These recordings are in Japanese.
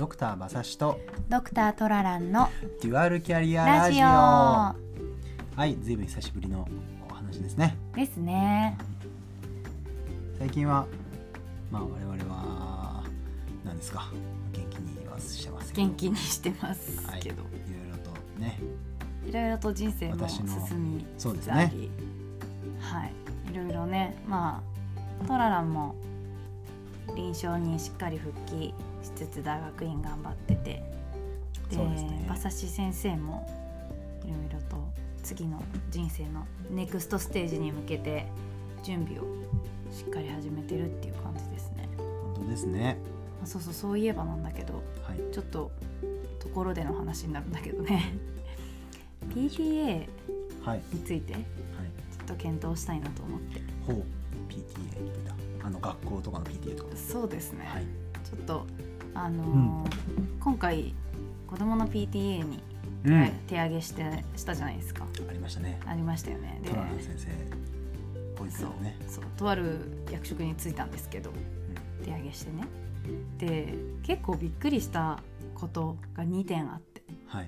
ドクター馬刺しとドクタートラランのデュアルキャリアラジオ。はい、ずいぶん久しぶりのお話ですね。 ですね。 最近は我々は何ですか、元気にはしてますけど。 元気にしてますけど、 はい、いろいろとね、 いろいろと人生も進みつつあり、はい、いろいろね、トラランも臨床にしっかり復帰しつつ大学院頑張ってて、で、馬刺し先生もいろいろと次の人生のネクストステージに向けて準備をしっかり始めてるっていう感じですね。 本当ですね。 そういえばなんだけど、はい、ちょっとところでの話になるんだけどねPTA についてちょっと検討したいなと思って。 ほう、PTA だ。学校とかの PTA とか。 そうですね、 はい、 ちょっと今回子供の PTA に手挙げしたじゃないですか。 ありましたね。 ありましたよね。で、 トララン先生保育園ね、 そうとある役職に就いたんですけど、手挙げしてね。で、結構びっくりしたことが2点あって、 はい、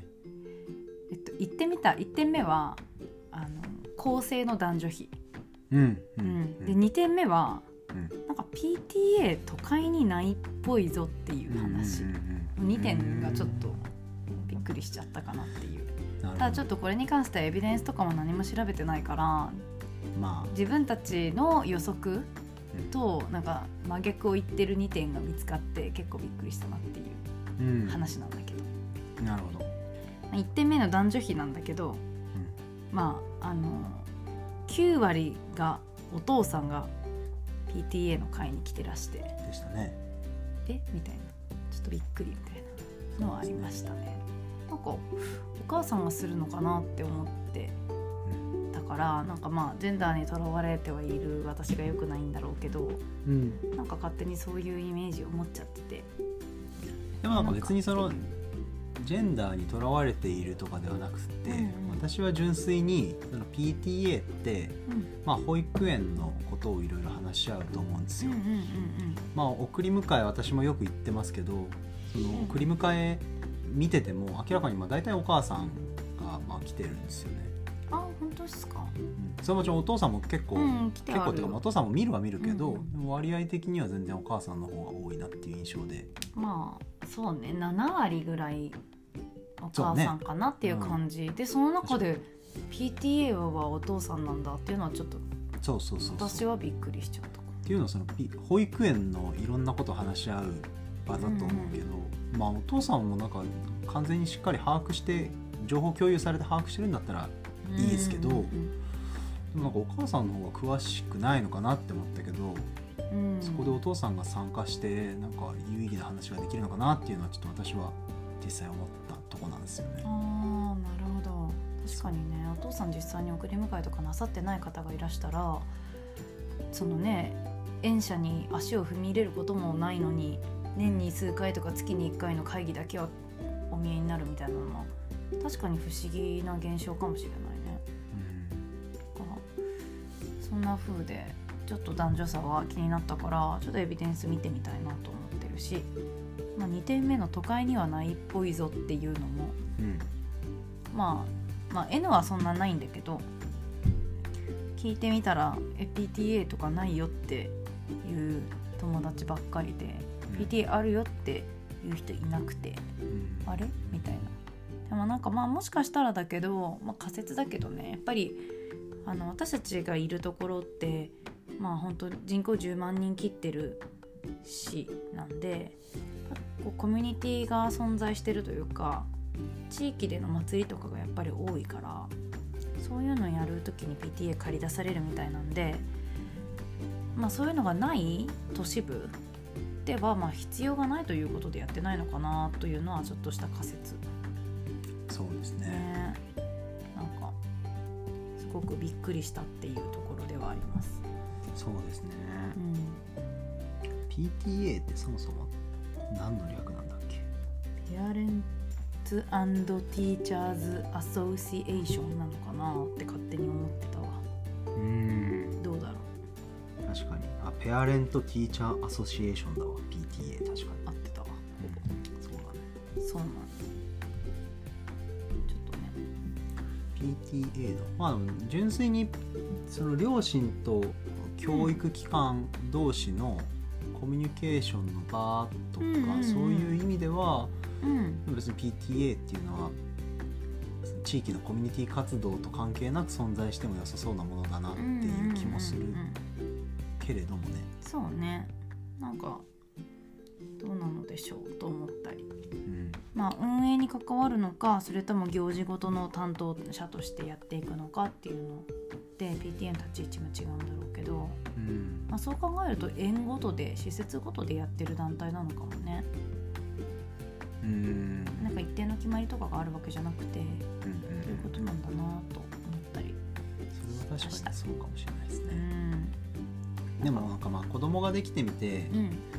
1点目は公正の男女比、で2点目はなんか PTA 都会にないっぽいぞっていう話、2点がちょっとびっくりしちゃったかなっていう。ただちょっとこれに関してはエビデンスとかも何も調べてないから、自分たちの予測となんか真逆を言ってる2点が見つかって結構びっくりしたなっていう話なんだけど、 なるほど。 1点目の男女比なんだけど、9割がお父さんが PTA の会に来てらしてでしたね。 みたいな、ちょっとびっくりみたいなのはありましたね。なんかお母さんがするのかなって思ってだから、なんかジェンダーにとらわれてはいる私が良くないんだろうけど、なんか勝手にそういうイメージを持っちゃってて。 でもなんか別にそのジェンダーにとらわれているとかではなくて、私は純粋にその PTA って、保育園のことをいろいろ話し合うと思うんですよ。送り迎え私もよく行ってますけど、その送り迎え見てても明らかに大体お母さんが来てるんですよね。 本当ですか。 それもちろんお父さんも結構っていうか、お父さんも見るは見るけど、でも割合的には全然お母さんの方が多いなっていう印象で、 そうね、7割ぐらいお母さんかなっていう感じで、その中で PTA はお父さんなんだっていうのはちょっと私はびっくりしちゃった。 っていうのはその保育園のいろんなことを話し合う場だと思うけど、お父さんもなんか完全にしっかり把握して情報共有されて把握してるんだったらいいですけど、でもなんかお母さんの方が詳しくないのかなって思ったけど、そこでお父さんが参加してなんか有意義な話ができるのかなっていうのはちょっと私は実際思ったとこなんですよね。 なるほど。確かにね、お父さん実際に送り迎えとかなさってない方がいらしたら、そのね、園舎に足を踏み入れることもないのに年に数回とか月に1回の会議だけはお見えになるみたいなのは確かに不思議な現象かもしれないね。そんな風でちょっと男女差は気になったから、ちょっとエビデンス見てみたいなと思ってるし、2点目の都会にはないっぽいぞっていうのも、N はそんなないんだけど、聞いてみたらPTA とかないよっていう友達ばっかりで、PTA あるよっていう人いなくて、あれみたいな。でもなんかもしかしたらだけど、仮説だけどね、やっぱり私たちがいるところって本当人口10万人切ってる市なんで、コミュニティが存在してるというか、地域での祭りとかがやっぱり多いから、そういうのをやるときに PTA 借り出されるみたいなんで、そういうのがない都市部では必要がないということでやってないのかなというのはちょっとした仮説。 そうですね。 なんかすごくびっくりしたっていうところではあります。 そうですね。PTA ってそもそも何の略なんだっけ？ ペアレンツ&ティーチャーズアソシエーションなのかなって勝手に思ってたわ。どうだろう。 確かに。ペアレントティーチャーアソシエーションだわ。PTA 確かに。 合ってたわ。 そうだね。 PTA の、まあ、純粋にその両親と教育機関同士のコミュニケーションの場とか、そういう意味では、別に PTA っていうのは地域のコミュニティ活動と関係なく存在しても良さそうなものだなっていう気もするけれどもね。 そうね、なんかどうなのでしょうと思ったり、まあ運営に関わるのか、それとも行事ごとの担当者としてやっていくのかっていうので PTA の立ち位置も違うんだろうけど、まあ、そう考えると園ごとで施設ごとでやってる団体なのかもね。なんか一定の決まりとかがあるわけじゃなくて、ということなんだなと思ったり。 それは確かにそうかもしれないですね。でもなんかまあ子供ができてみて、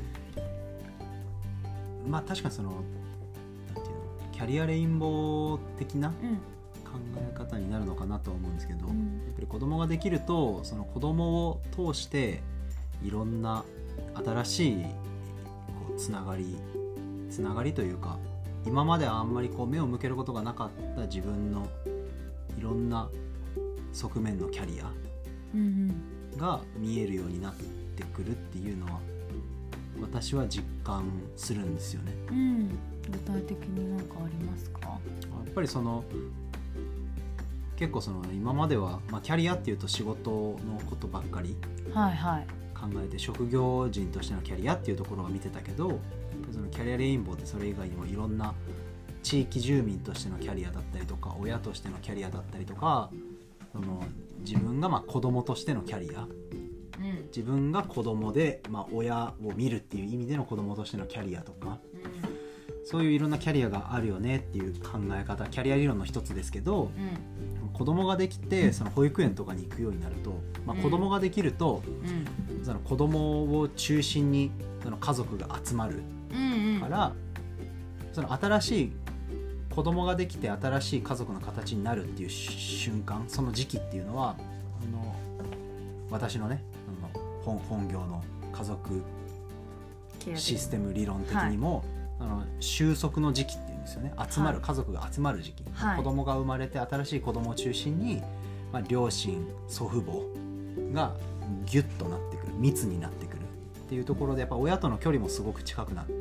まあ確かにそのなんていうの、キャリアレインボー的な考え方になるのかなと思うんですけど、やっぱり子供ができると、その子供を通していろんな新しいこうつながりというか、今まではあんまりこう目を向けることがなかった自分のいろんな側面のキャリアが見えるようになってくるっていうのは私は実感するんですよね。 具体的に何かありますか？ やっぱりその結構その今までは、まあ、キャリアっていうと仕事のことばっかり考えて、職業人としてのキャリアっていうところは見てたけど、そのキャリアレインボーってそれ以外にもいろんな地域住民としてのキャリアだったりとか、親としてのキャリアだったりとか、その自分がまあ子供としてのキャリア、自分が子供で、まあ、親を見るっていう意味での子供としてのキャリアとか、そういういろんなキャリアがあるよねっていう考え方、キャリア理論の一つですけど、子供ができてその保育園とかに行くようになると、まあ、子供ができると、その子供を中心にその家族が集まるから、その新しい子供ができて新しい家族の形になるっていう瞬間、その時期っていうのは私のね本業の家族システム理論的にも、収束の時期っていうんですよね。集まる、家族が集まる時期、子供が生まれて新しい子供を中心に、まあ、両親祖父母がギュッとなってくる、密になってくるっていうところで、やっぱ親との距離もすごく近くなって、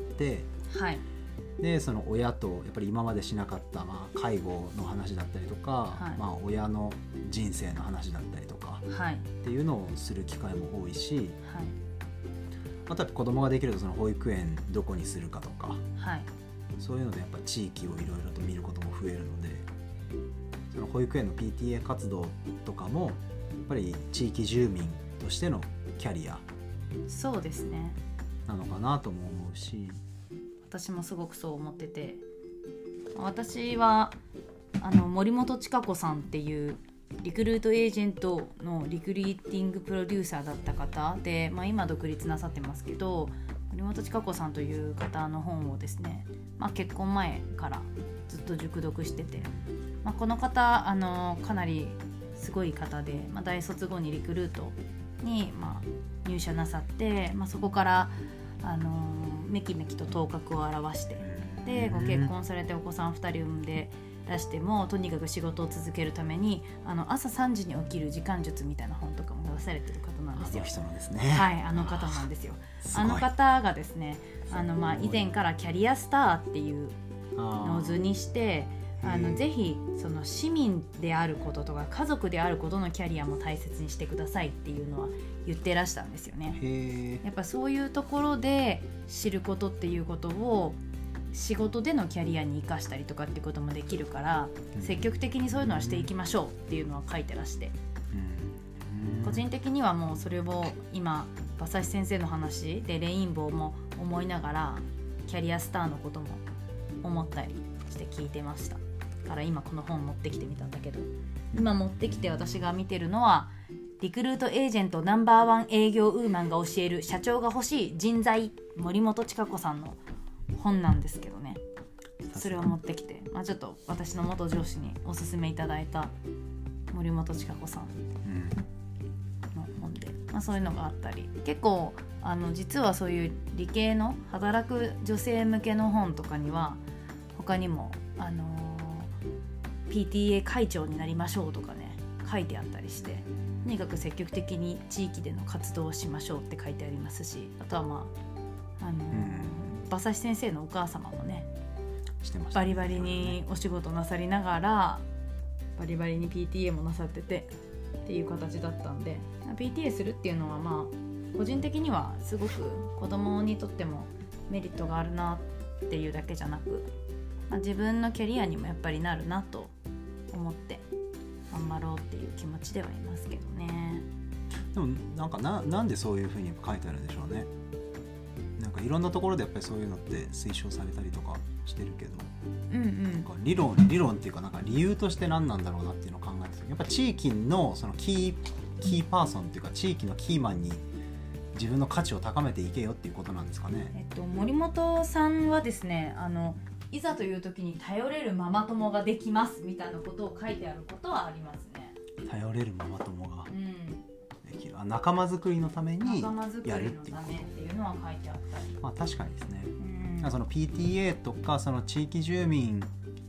でその親とやっぱり今までしなかった、まあ、介護の話だったりとか、まあ、親の人生の話だったりとか、っていうのをする機会も多いし、あとは子供ができるとその保育園どこにするかとか、そういうのでやっぱ地域をいろいろと見ることも増えるので、その保育園の PTA 活動とかもやっぱり地域住民としてのキャリアそうですねなのかなとも思うし、 私もすごくそう思ってて、私は森本千佳子さんっていうリクルートエージェントのリクルーティングプロデューサーだった方で、まあ、今独立なさってますけど、森本千佳子さんという方の本をですね、まあ、結婚前からずっと熟読してて、まあ、この方かなりすごい方で、まあ、大卒後にリクルートに、まあ、入社なさって、まあ、そこからめきめきと頭角を現して、でご結婚されてお子さん2人産んで出してもとにかく仕事を続けるために朝3時に起きる時間術みたいな本とかも出されてる方なんですよ。 人なんですね。 はい、方なんですよ。方がですねまあ、以前からキャリアスターっていうのを図にしてぜひその市民であることとか家族であることのキャリアも大切にしてくださいっていうのは言ってらしたんですよね。やっぱそういうところで知ることっていうことを仕事でのキャリアに生かしたりとかっていうこともできるから、積極的にそういうのはしていきましょうっていうのは書いてらして、個人的にはもうそれを今馬刺先生の話でレインボーも思いながらキャリアスターのことも思ったりして聞いてましたから今この本持ってきてみたんだけど、今持ってきて私が見てるのはリクルートエージェントNo.1営業ウーマンが教える社長が欲しい人材、森本千佳子さんの本なんですけどね、それを持ってきて、まあ、ちょっと私の元上司におすすめいただいた森本千佳子さんの本で、まあ、そういうのがあったり、結構実はそういう理系の働く女性向けの本とかには他にも PTA 会長になりましょうとかね書いてあったりして、とにかく積極的に地域での活動をしましょうって書いてありますし、あとは馬刺し先生のお母様もねしてましたね、 バリバリにお仕事なさりながらバリバリに PTA もなさっててっていう形だったんで、 PTA するっていうのは個人的にはすごく子供にとってもメリットがあるなっていうだけじゃなく、自分のキャリアにもやっぱりなるなと思って頑張ろうっていう気持ちではいますけどね。 でもなんでそういう風に書いてあるんでしょうね。なんかいろんなところでやっぱりそういうのって推奨されたりとかしてるけど、なんか理論っていうか、なんか理由として何なんだろうなっていうのを考えて、やっぱ地域のそのキーパーソンっていうか地域のキーマンに自分の価値を高めていけよっていうことなんですかね。 森本さんはですね、いざという時に頼れるママ友ができますみたいなことを書いてあることはありますね。頼れるママ友ができる、仲間づくりのためにやるっていうことっていうのは書いてあったり、 確かにですね、その PTA とかその地域住民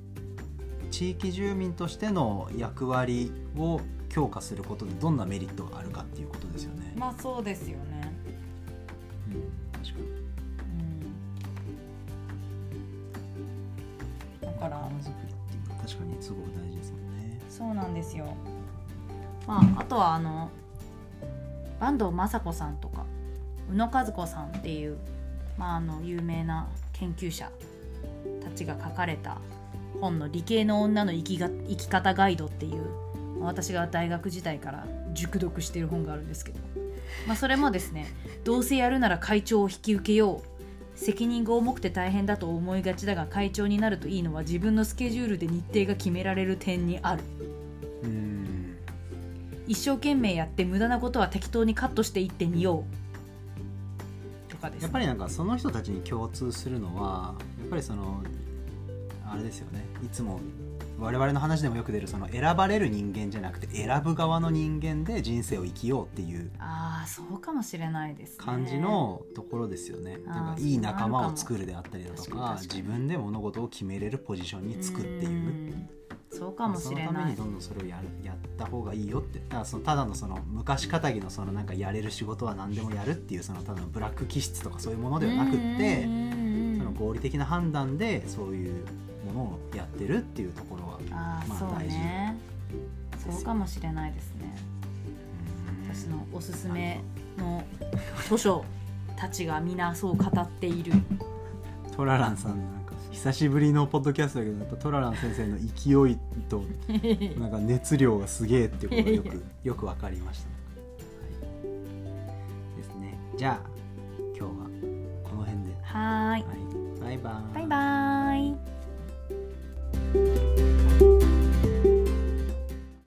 としての役割を強化することでどんなメリットがあるかっていうことですよね。 そうですよね、 確かに、 だから仲間づくりっていうのは確かにすごく大事ですもんね。 そうなんですよ。あとは坂東雅子さんとか宇野和子さんっていう、有名な研究者たちが書かれた本の理系の女の生き方ガイドっていう、私が大学時代から熟読している本があるんですけど、それもですね、どうせやるなら会長を引き受けよう、責任が重くて大変だと思いがちだが会長になるといいのは自分のスケジュールで日程が決められる点にある。一生懸命やって無駄なことは適当にカットしていってみようとかですね。 やっぱりなんかその人たちに共通するのはやっぱりそのあれですよね、いつも我々の話でもよく出るその選ばれる人間じゃなくて選ぶ側の人間で人生を生きようっていうそうかもしれないですね、 感じのところですよね。なんかいい仲間を作るであったりだとか、自分で物事を決めれるポジションにつくっていう、 そうかもしれない。 そのためにどんどんそれをやった方がいいよって、だからただのその昔かたぎのそのなんかやれる仕事は何でもやるっていうそのただのブラック気質とかそういうものではなくって、その合理的な判断でそういうものをやってるっていうところはそう大事、 ね、そうかもしれないですね。私のおすすめの図書たちが皆そう語っている。 トラランさんなんか久しぶりのポッドキャストだけど、やっぱトララン先生の勢いとなんか熱量がすげえっていうことがよく分かりました、ですね。じゃあ今日はこの辺で。 はい、 バイバイ。